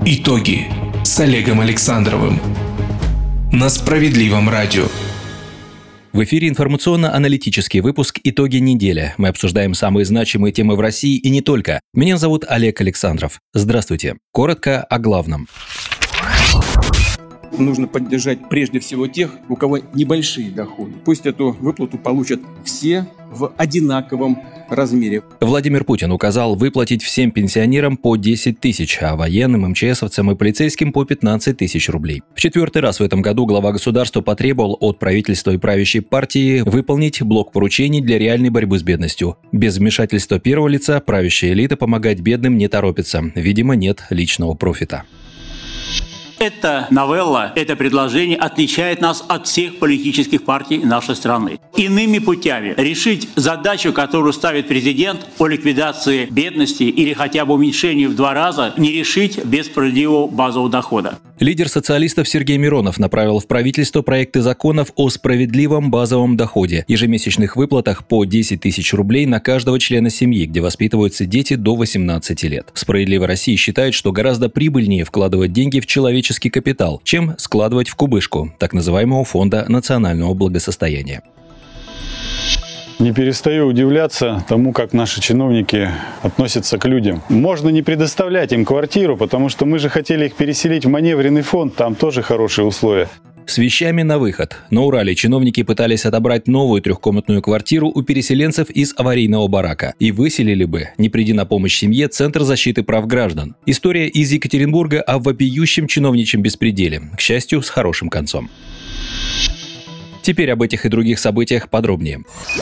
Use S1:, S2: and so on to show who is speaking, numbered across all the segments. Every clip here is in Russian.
S1: Итоги с Олегом Александровым на Справедливом радио.
S2: В эфире информационно-аналитический выпуск «Итоги недели». Мы обсуждаем самые значимые темы в России и не только. Меня зовут Олег Александров. Здравствуйте. Коротко о главном.
S3: Нужно поддержать прежде всего тех, у кого небольшие доходы. Пусть эту выплату получат все в одинаковом размере.
S2: Владимир Путин указал выплатить всем пенсионерам по 10 тысяч, а военным, МЧСовцам и полицейским по 15 тысяч рублей. В четвертый раз в этом году глава государства потребовал от правительства и правящей партии выполнить блок поручений для реальной борьбы с бедностью. Без вмешательства первого лица правящая элита помогать бедным не торопится. Видимо, нет личного профита.
S4: Эта новелла, это предложение отличает нас от всех политических партий нашей страны. Иными путями решить задачу, которую ставит президент о ликвидации бедности или хотя бы уменьшении в 2 раза, не решить без справедливого базового дохода.
S2: Лидер социалистов Сергей Миронов направил в правительство проекты законов о справедливом базовом доходе, ежемесячных выплатах по 10 тысяч рублей на каждого члена семьи, где воспитываются дети до 18 лет. «Справедливая Россия» считает, что гораздо прибыльнее вкладывать деньги в человеческий капитал, чем складывать в кубышку так называемого фонда национального благосостояния.
S5: Не перестаю удивляться тому, как наши чиновники относятся к людям. Можно не предоставлять им квартиру, потому что мы же хотели их переселить в маневренный фонд, там тоже хорошие условия.
S2: С вещами на выход. На Урале чиновники пытались отобрать новую трехкомнатную квартиру у переселенцев из аварийного барака. И выселили бы, не приди на помощь семье, Центр защиты прав граждан. История из Екатеринбурга о вопиющем чиновничьем беспределе. К счастью, с хорошим концом. Теперь об этих и других событиях подробнее.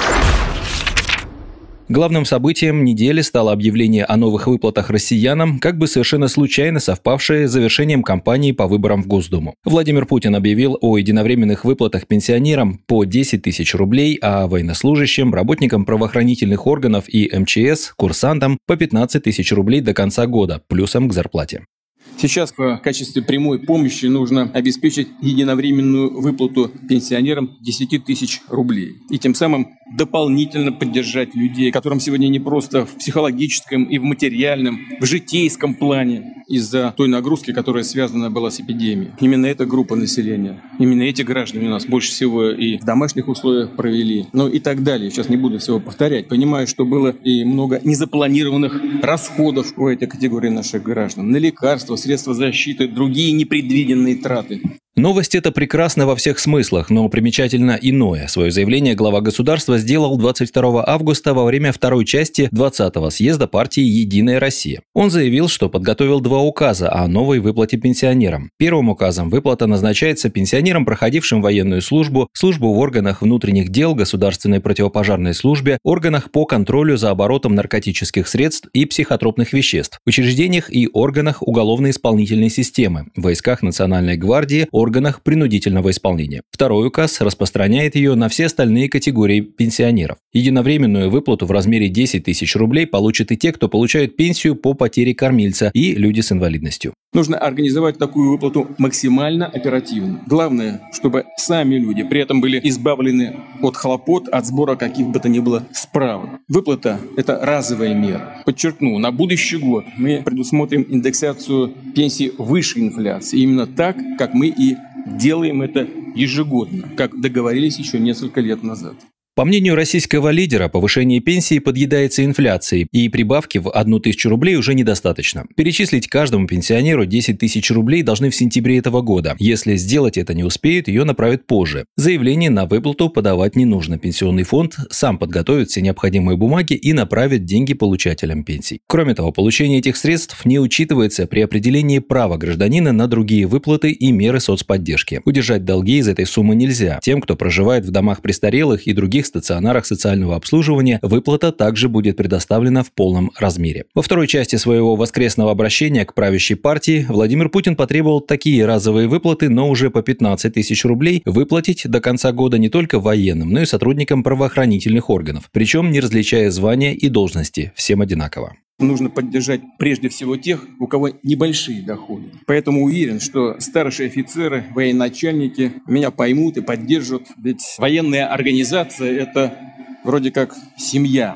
S2: Главным событием недели стало объявление о новых выплатах россиянам, как бы совершенно случайно совпавшее с завершением кампании по выборам в Госдуму. Владимир Путин объявил о единовременных выплатах пенсионерам по 10 тысяч рублей, а военнослужащим, работникам правоохранительных органов и МЧС, курсантам по 15 тысяч рублей до конца года, плюсом к зарплате.
S3: Сейчас в качестве прямой помощи нужно обеспечить единовременную выплату пенсионерам 10 тысяч рублей. И тем самым дополнительно поддержать людей, которым сегодня не просто в психологическом и в материальном, в житейском плане из-за той нагрузки, которая связана была с эпидемией. Именно эта группа населения, именно эти граждане у нас больше всего и в домашних условиях провели, ну и так далее. Сейчас не буду всего повторять. Понимаю, что было и много незапланированных расходов у этой категории наших граждан. На лекарства, средства защиты, другие непредвиденные траты.
S2: Новость эта прекрасна во всех смыслах, но примечательно иное. Свое заявление глава государства сделал 22 августа во время второй части 20-го съезда партии «Единая Россия». Он заявил, что подготовил 2 указа о новой выплате пенсионерам. Первым указом выплата назначается пенсионерам, проходившим военную службу, службу в органах внутренних дел, государственной противопожарной службе, органах по контролю за оборотом наркотических средств и психотропных веществ, учреждениях и органах уголовно-исполнительной системы, войсках Национальной гвардии, органах принудительного исполнения. Второй указ распространяет ее на все остальные категории пенсионеров. Единовременную выплату в размере 10 тысяч рублей получат и те, кто получает пенсию по потере кормильца, и люди с инвалидностью.
S3: Нужно организовать такую выплату максимально оперативно. Главное, чтобы сами люди при этом были избавлены от хлопот, от сбора каких бы то ни было справок. Выплата – это разовая мера. Подчеркну, на будущий год мы предусмотрим индексацию пенсий выше инфляции. Именно так, как мы и делаем это ежегодно, как договорились еще несколько лет назад.
S2: По мнению российского лидера, повышение пенсии подъедается инфляцией, и прибавки в 1 тысячу рублей уже недостаточно. Перечислить каждому пенсионеру 10 тысяч рублей должны в сентябре этого года. Если сделать это не успеют, ее направят позже. Заявление на выплату подавать не нужно. Пенсионный фонд сам подготовит все необходимые бумаги и направит деньги получателям пенсий. Кроме того, получение этих средств не учитывается при определении права гражданина на другие выплаты и меры соцподдержки. Удержать долги из этой суммы нельзя. Тем, кто проживает в домах престарелых и других стационарах социального обслуживания, выплата также будет предоставлена в полном размере. Во второй части своего воскресного обращения к правящей партии Владимир Путин потребовал такие разовые выплаты, но уже по 15 тысяч рублей, выплатить до конца года не только военным, но и сотрудникам правоохранительных органов, причем не различая звания и должности, всем одинаково.
S3: Нужно поддержать прежде всего тех, у кого небольшие доходы. Поэтому уверен, что старшие офицеры, военачальники меня поймут и поддержат. Ведь военная организация – это вроде как семья.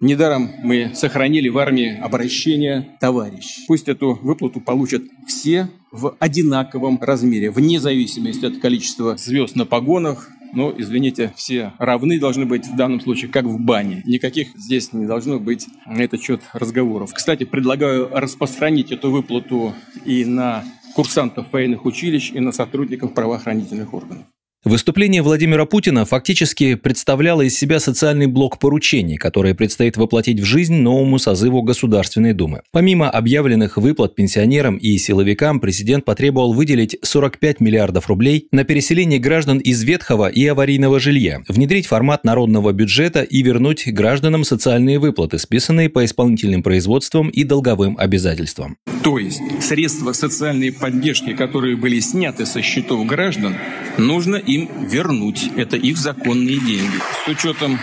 S3: Недаром мы сохранили в армии обращение «товарищ». Пусть эту выплату получат все в одинаковом размере, вне зависимости от количества звезд на погонах. Но, извините, все равны должны быть в данном случае, как в бане. Никаких здесь не должно быть на этот счет разговоров. Кстати, предлагаю распространить эту выплату и на курсантов военных училищ, и на сотрудников правоохранительных органов.
S2: Выступление Владимира Путина фактически представляло из себя социальный блок поручений, которые предстоит воплотить в жизнь новому созыву Государственной Думы. Помимо объявленных выплат пенсионерам и силовикам, президент потребовал выделить 45 миллиардов рублей на переселение граждан из ветхого и аварийного жилья, внедрить формат народного бюджета и вернуть гражданам социальные выплаты, списанные по исполнительным производствам и долговым обязательствам.
S3: То есть средства социальной поддержки, которые были сняты со счетов граждан, нужно им вернуть. Это их законные деньги. С учетом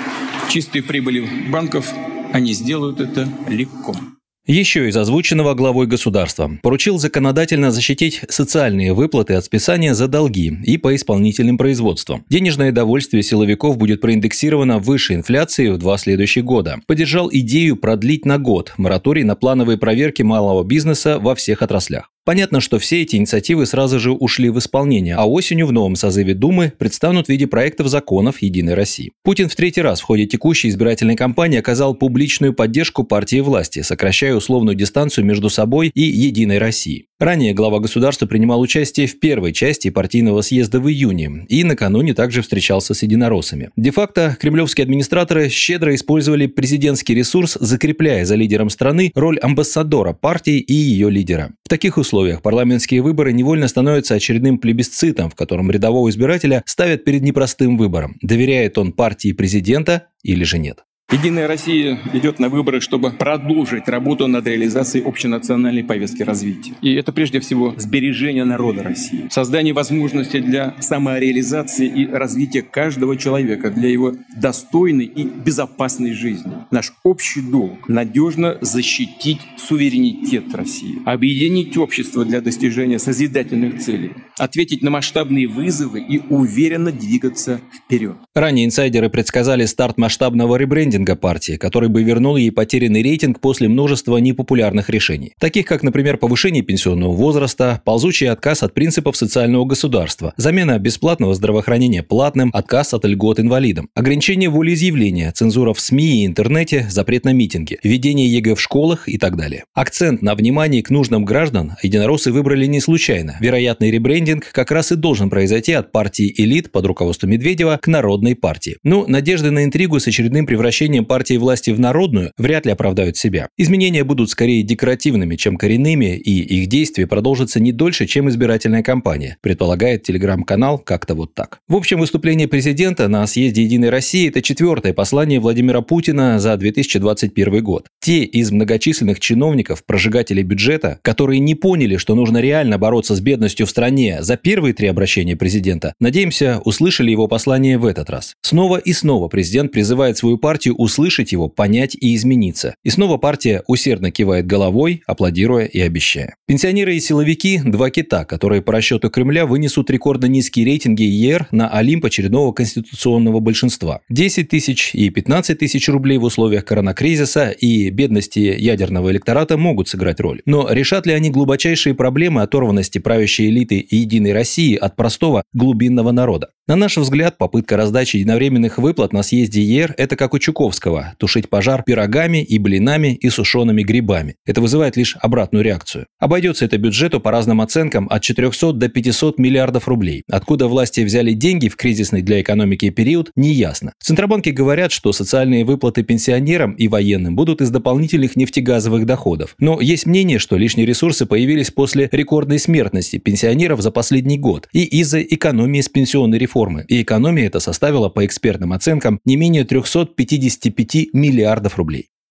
S3: чистой прибыли банков они сделают это легко.
S2: Еще из озвученного главой государства поручил законодательно защитить социальные выплаты от списания за долги и по исполнительным производствам. Денежное довольствие силовиков будет проиндексировано выше инфляции в 2 следующих года. Поддержал идею продлить на год мораторий на плановые проверки малого бизнеса во всех отраслях. Понятно, что все эти инициативы сразу же ушли в исполнение, а осенью в новом созыве Думы предстанут в виде проектов законов «Единой России». Путин в 3-й раз в ходе текущей избирательной кампании оказал публичную поддержку партии власти, сокращая условную дистанцию между собой и «Единой Россией». Ранее глава государства принимал участие в первой части партийного съезда в июне и накануне также встречался с единороссами. Де-факто кремлевские администраторы щедро использовали президентский ресурс, закрепляя за лидером страны роль амбассадора партии и ее лидера. В таких условиях парламентские выборы невольно становятся очередным плебисцитом, в котором рядового избирателя ставят перед непростым выбором: доверяет он партии президента или же нет.
S3: Единая Россия идет на выборы, чтобы продолжить работу над реализацией общенациональной повестки развития. И это прежде всего сбережение народа России, создание возможностей для самореализации и развития каждого человека, для его достойной и безопасной жизни. Наш общий долг – надежно защитить суверенитет России, объединить общество для достижения созидательных целей, ответить на масштабные вызовы и уверенно двигаться вперед.
S2: Ранее инсайдеры предсказали старт масштабного ребрендинга партии, который бы вернул ей потерянный рейтинг после множества непопулярных решений, таких как, например, повышение пенсионного возраста, ползучий отказ от принципов социального государства, замена бесплатного здравоохранения платным, отказ от льгот инвалидам, ограничение волеизъявления, цензура в СМИ и интернете, запрет на митинги, введение ЕГЭ в школах и так далее. Акцент на внимании к нуждам граждан единороссы выбрали не случайно. Вероятный ребрендинг как раз и должен произойти от партии элит под руководством Медведева к Народной партии. Но надежды на интригу с очередным превращением партии власти в народную вряд ли оправдают себя. Изменения будут скорее декоративными, чем коренными, и их действие продолжится не дольше, чем избирательная кампания, предполагает телеграм-канал «Как-то вот так». В общем, выступление президента на съезде «Единой России» – это 4-е послание Владимира Путина за 2021 год. Те из многочисленных чиновников, прожигателей бюджета, которые не поняли, что нужно реально бороться с бедностью в стране за первые 3 обращения президента, надеемся, услышали его послание в этот раз. Снова и снова президент призывает свою партию услышать его, понять и измениться. И снова партия усердно кивает головой, аплодируя и обещая. Пенсионеры и силовики – 2 кита, которые по расчету Кремля вынесут рекордно низкие рейтинги ЕР на олимп очередного конституционного большинства. 10 тысяч и 15 тысяч рублей в условиях коронакризиса и бедности ядерного электората могут сыграть роль. Но решат ли они глубочайшие проблемы оторванности правящей элиты и Единой России от простого глубинного народа? На наш взгляд, попытка раздачи единовременных выплат на съезде ЕР – это как у Чуковского – тушить пожар пирогами и блинами и сушеными грибами. Это вызывает лишь обратную реакцию. Обойдется это бюджету по разным оценкам от 400 до 500 миллиардов рублей. Откуда власти взяли деньги в кризисный для экономики период, неясно. В Центробанке говорят, что социальные выплаты пенсионерам и военным будут из дополнительных нефтегазовых доходов. Но есть мнение, что лишние ресурсы появились после рекордной смертности пенсионеров за последний год и из-за экономии с пенсионной реформы. И экономия эта составила, по экспертным оценкам, не менее 355 миллиардов рублей.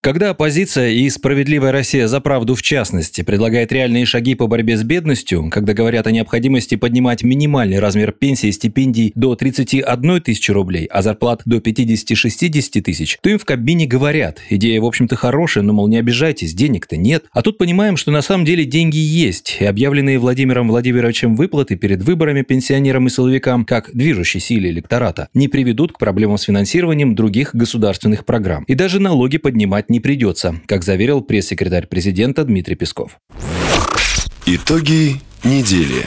S2: Когда оппозиция и «Справедливая Россия за правду» в частности предлагает реальные шаги по борьбе с бедностью, когда говорят о необходимости поднимать минимальный размер пенсии и стипендий до 31 тысячи рублей, а зарплат до 50-60 тысяч, то им в Кабмине говорят: идея, в общем-то, хорошая, но, мол, не обижайтесь, денег-то нет. А тут понимаем, что на самом деле деньги есть, и объявленные Владимиром Владимировичем выплаты перед выборами пенсионерам и силовикам, как движущей силе электората, не приведут к проблемам с финансированием других государственных программ. И даже налоги поднимать не придется, как заверил пресс-секретарь президента Дмитрий Песков.
S6: Итоги недели.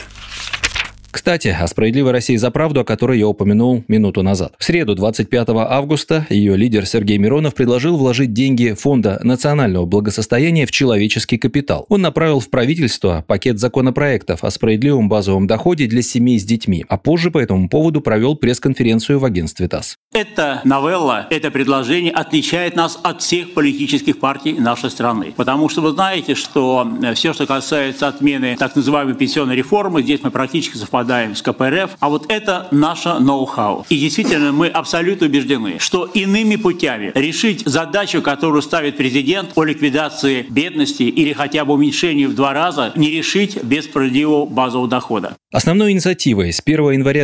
S2: Кстати, о «Справедливой России за правду», о которой я упомянул минуту назад. В среду, 25 августа, ее лидер Сергей Миронов предложил вложить деньги Фонда национального благосостояния в человеческий капитал. Он направил в правительство пакет законопроектов о справедливом базовом доходе для семей с детьми, а позже по этому поводу провел пресс-конференцию в агентстве ТАСС.
S4: Эта новелла, это предложение отличает нас от всех политических партий нашей страны. Потому что вы знаете, что все, что касается отмены так называемой пенсионной реформы, здесь мы практически совпадаем с КПРФ, а вот это наше ноу-хау. И действительно, мы абсолютно убеждены, что иными путями решить задачу, которую ставит президент о ликвидации бедности или хотя бы уменьшении в 2 раза, не решить без справедливого базового дохода.
S2: Основной инициативой с 1 января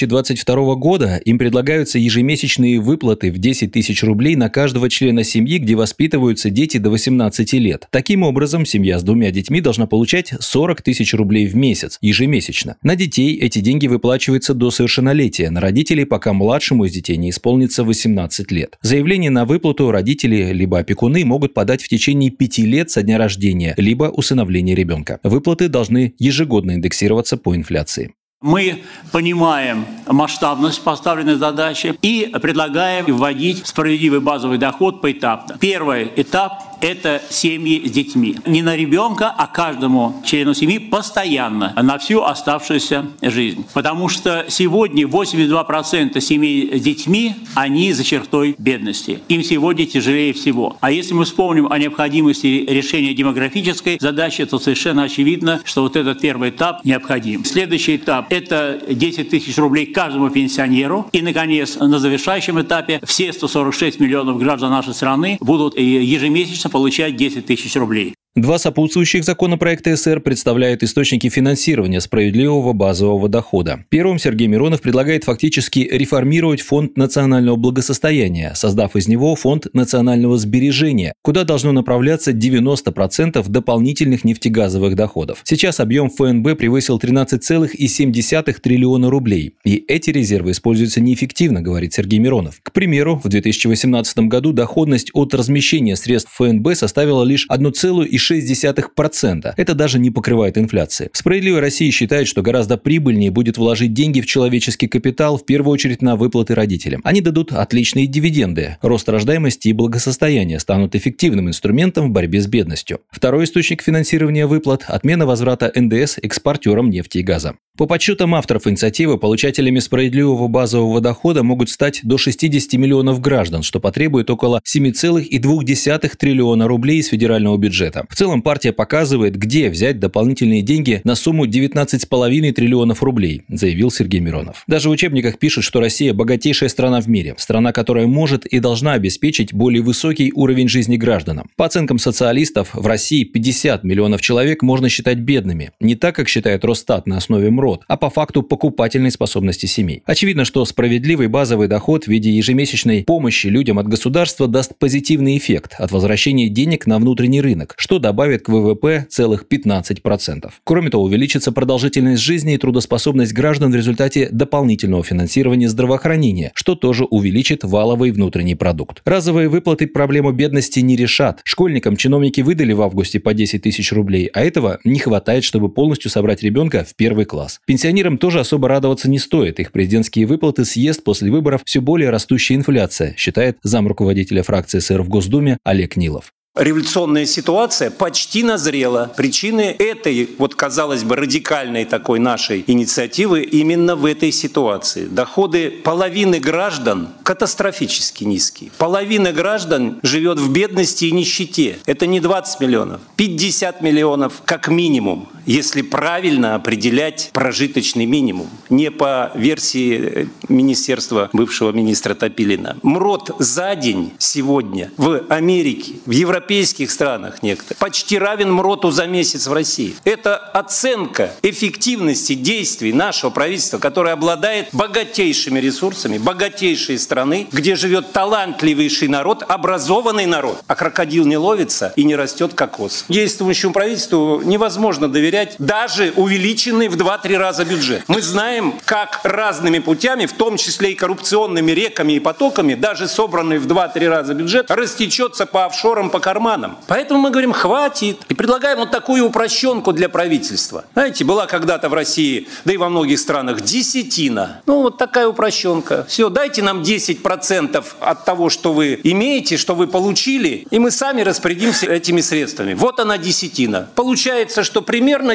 S2: 2022 года им предлагаются ежемесячные выплаты в 10 тысяч рублей на каждого члена семьи, где воспитываются дети до 18 лет. Таким образом, семья с 2 детьми должна получать 40 тысяч рублей в месяц ежемесячно. На детей эти деньги выплачиваются до совершеннолетия, на родителей, пока младшему из детей не исполнится 18 лет. Заявление на выплату родители либо опекуны могут подать в течение 5 лет со дня рождения, либо усыновления ребенка. Выплаты должны ежегодно индексироваться по инфляции.
S4: Мы понимаем масштабность поставленной задачи и предлагаем вводить справедливый базовый доход поэтапно. Первый этап – это семьи с детьми. Не на ребенка, а каждому члену семьи постоянно, на всю оставшуюся жизнь. Потому что сегодня 82% семей с детьми, они за чертой бедности. Им сегодня тяжелее всего. А если мы вспомним о необходимости решения демографической задачи, то совершенно очевидно, что вот этот первый этап необходим. Следующий этап – это 10 тысяч рублей каждому пенсионеру. И, наконец, на завершающем этапе все 146 миллионов граждан нашей страны будут ежемесячно получать 10 тысяч рублей.
S2: 2 сопутствующих законопроекта СР представляют источники финансирования справедливого базового дохода. Первым Сергей Миронов предлагает фактически реформировать Фонд национального благосостояния, создав из него Фонд национального сбережения, куда должно направляться 90% дополнительных нефтегазовых доходов. Сейчас объем ФНБ превысил 13,7 триллиона рублей, и эти резервы используются неэффективно, говорит Сергей Миронов. К примеру, в 2018 году доходность от размещения средств ФНБ составила лишь 1,6%. Это даже не покрывает инфляции. «Справедливая Россия» считает, что гораздо прибыльнее будет вложить деньги в человеческий капитал, в первую очередь на выплаты родителям. Они дадут отличные дивиденды. Рост рождаемости и благосостояния станут эффективным инструментом в борьбе с бедностью. Второй источник финансирования выплат – отмена возврата НДС экспортерам нефти и газа. По подсчетам авторов инициативы, получателями справедливого базового дохода могут стать до 60 миллионов граждан, что потребует около 7,2 триллиона рублей из федерального бюджета. В целом партия показывает, где взять дополнительные деньги на сумму 19,5 триллионов рублей, заявил Сергей Миронов. Даже в учебниках пишут, что Россия – богатейшая страна в мире, страна, которая может и должна обеспечить более высокий уровень жизни гражданам. По оценкам социалистов, в России 50 миллионов человек можно считать бедными, не так, как считает Росстат на основе МРОД, а по факту покупательной способности семей. Очевидно, что справедливый базовый доход в виде ежемесячной помощи людям от государства даст позитивный эффект от возвращения денег на внутренний рынок, что добавит к ВВП целых 15%. Кроме того, увеличится продолжительность жизни и трудоспособность граждан в результате дополнительного финансирования здравоохранения, что тоже увеличит валовый внутренний продукт. Разовые выплаты проблему бедности не решат. Школьникам чиновники выдали в августе по 10 тысяч рублей, а этого не хватает, чтобы полностью собрать ребенка в 1 класс. Пенсионерам тоже особо радоваться не стоит. Их президентские выплаты съест после выборов все более растущая инфляция, считает замруководителя фракции СР в Госдуме Олег Нилов.
S7: Революционная ситуация почти назрела. Причины этой, казалось бы, радикальной такой нашей инициативы именно в этой ситуации. Доходы половины граждан катастрофически низкие. Половина граждан живет в бедности и нищете. Это не 20 миллионов, 50 миллионов как минимум, если правильно определять прожиточный минимум. Не по версии министерства бывшего министра Топилина. МРОТ за день сегодня в Америке, в европейских странах некоторых, почти равен МРОТу за месяц в России. Это оценка эффективности действий нашего правительства, которое обладает богатейшими ресурсами, богатейшей страны, где живет талантливейший народ, образованный народ. А крокодил не ловится и не растет кокос. Действующему правительству невозможно доверять даже увеличенный в 2-3 раза бюджет. Мы знаем, как разными путями, в том числе и коррупционными реками и потоками, даже собранный в 2-3 раза бюджет растечется по офшорам, по карманам. Поэтому мы говорим, хватит. И предлагаем такую упрощенку для правительства. Знаете, была когда-то в России, да и во многих странах, десятина. Такая упрощенка. Все, дайте нам 10% от того, что вы имеете, что вы получили, и мы сами распорядимся этими средствами. Вот она десятина. Получается, что примерно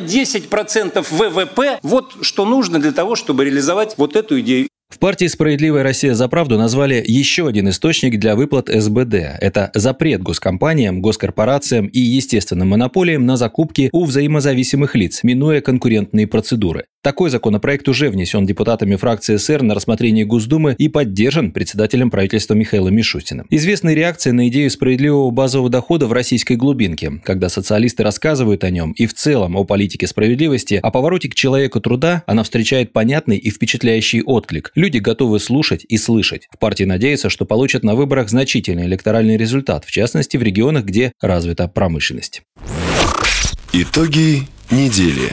S7: 10% ВВП, что нужно для того, чтобы реализовать эту идею.
S2: В партии «Справедливая Россия за правду» назвали еще один источник для выплат СБД. Это запрет госкомпаниям, госкорпорациям и естественным монополиям на закупки у взаимозависимых лиц, минуя конкурентные процедуры. Такой законопроект уже внесен депутатами фракции СР на рассмотрение Госдумы и поддержан председателем правительства Михаилом Мишустиным. Известны реакции на идею справедливого базового дохода в российской глубинке, когда социалисты рассказывают о нем и в целом о политике справедливости, о повороте к человеку труда она встречает понятный и впечатляющий отклик. Люди готовы слушать и слышать. В партии надеются, что получат на выборах значительный электоральный результат, в частности в регионах, где развита промышленность.
S6: Итоги недели.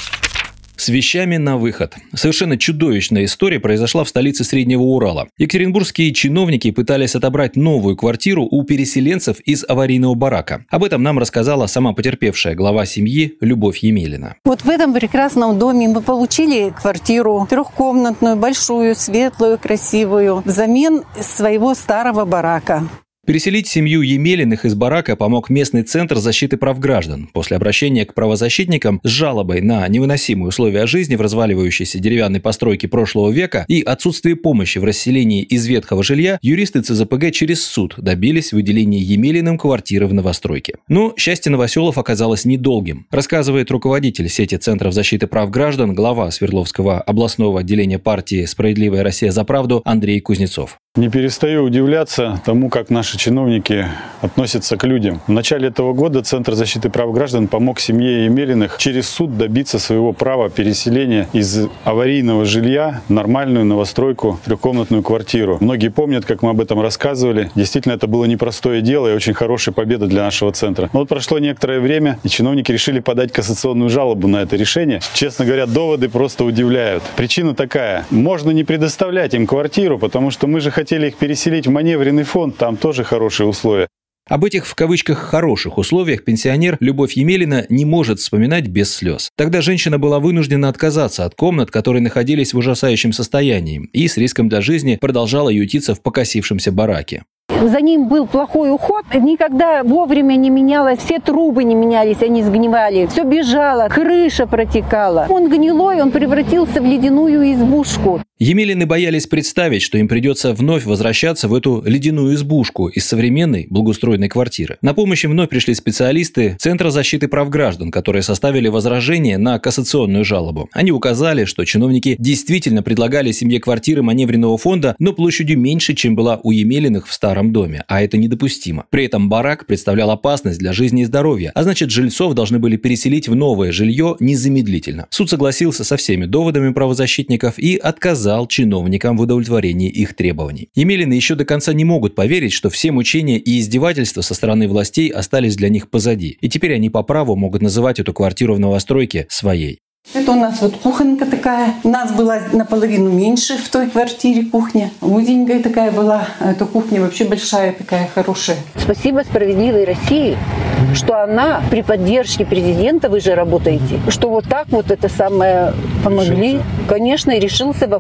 S2: С вещами на выход. Совершенно чудовищная история произошла в столице Среднего Урала. Екатеринбургские чиновники пытались отобрать новую квартиру у переселенцев из аварийного барака. Об этом нам рассказала сама потерпевшая глава семьи Любовь Емелина.
S8: В этом прекрасном доме мы получили квартиру трехкомнатную, большую, светлую, красивую, взамен своего старого барака.
S2: Переселить семью Емелиных из барака помог местный центр защиты прав граждан. После обращения к правозащитникам с жалобой на невыносимые условия жизни в разваливающейся деревянной постройке прошлого века и отсутствие помощи в расселении из ветхого жилья, юристы ЦЗПГ через суд добились выделения Емелиным квартиры в новостройке. Но счастье новоселов оказалось недолгим, рассказывает руководитель сети центров защиты прав граждан, глава Свердловского областного отделения партии «Справедливая Россия за правду» Андрей Кузнецов.
S5: Не перестаю удивляться тому, как наши чиновники относятся к людям. В начале этого года Центр защиты прав граждан помог семье Емелиных через суд добиться своего права переселения из аварийного жилья в нормальную новостройку, трехкомнатную квартиру. Многие помнят, как мы об этом рассказывали. Действительно, это было непростое дело и очень хорошая победа для нашего центра. Но прошло некоторое время, и чиновники решили подать кассационную жалобу на это решение. Честно говоря, доводы просто удивляют. Причина такая. Можно не предоставлять им квартиру, потому что мы же хотели их переселить в маневренный фонд, там тоже хорошие условия.
S2: Об этих в кавычках «хороших условиях» пенсионер Любовь Емелина не может вспоминать без слез. Тогда женщина была вынуждена отказаться от комнат, которые находились в ужасающем состоянии, и с риском для жизни продолжала ютиться в покосившемся бараке.
S8: За ним был плохой уход, никогда вовремя не менялось, все трубы не менялись, они сгнивали, все бежало, крыша протекала. Он гнилой, он превратился в ледяную избушку.
S2: Емелины боялись представить, что им придется вновь возвращаться в эту ледяную избушку из современной благоустроенной квартиры. На помощь им вновь пришли специалисты Центра защиты прав граждан, которые составили возражение на кассационную жалобу. Они указали, что чиновники действительно предлагали семье квартиры маневренного фонда, но площадью меньше, чем была у Емелиных в старом доме, а это недопустимо. При этом барак представлял опасность для жизни и здоровья, а значит, жильцов должны были переселить в новое жилье незамедлительно. Суд согласился со всеми доводами правозащитников и отказал чиновникам в удовлетворении их требований. Емелины еще до конца не могут поверить, что все мучения и издевательства со стороны властей остались для них позади, и теперь они по праву могут называть эту квартиру в новостройке своей.
S8: Это у нас кухонька такая. У нас была наполовину меньше в той квартире кухня. Узенькая такая была. Эта кухня вообще большая такая, хорошая. Спасибо «Справедливой России», что она при поддержке президента, вы же работаете, что так это самое помогли. Конечно, и решился вопрос.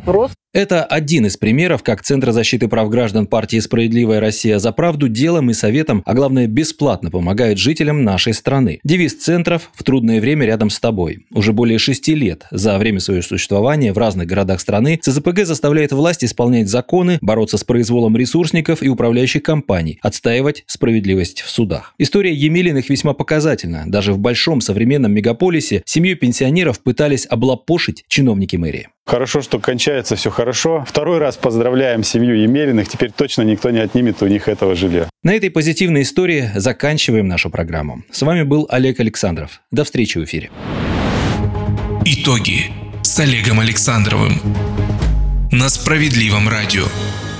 S2: Это один из примеров, как Центр защиты прав граждан партии «Справедливая Россия за правду» делом и советом, а главное бесплатно помогает жителям нашей страны. Девиз центров «В трудное время рядом с тобой». Уже более 6 лет за время своего существования в разных городах страны ЦЗПГ заставляет власть исполнять законы, бороться с произволом ресурсников и управляющих компаний, отстаивать справедливость в судах. История Емелиных весьма показательна. Даже в большом современном мегаполисе семью пенсионеров пытались облапошить чиновники мэрии.
S5: Хорошо, что кончается все хорошо. Второй раз поздравляем семью Емелиных. Теперь точно никто не отнимет у них этого жилья.
S2: На этой позитивной истории заканчиваем нашу программу. С вами был Олег Александров. До встречи в эфире.
S1: Итоги с Олегом Александровым на Справедливом радио.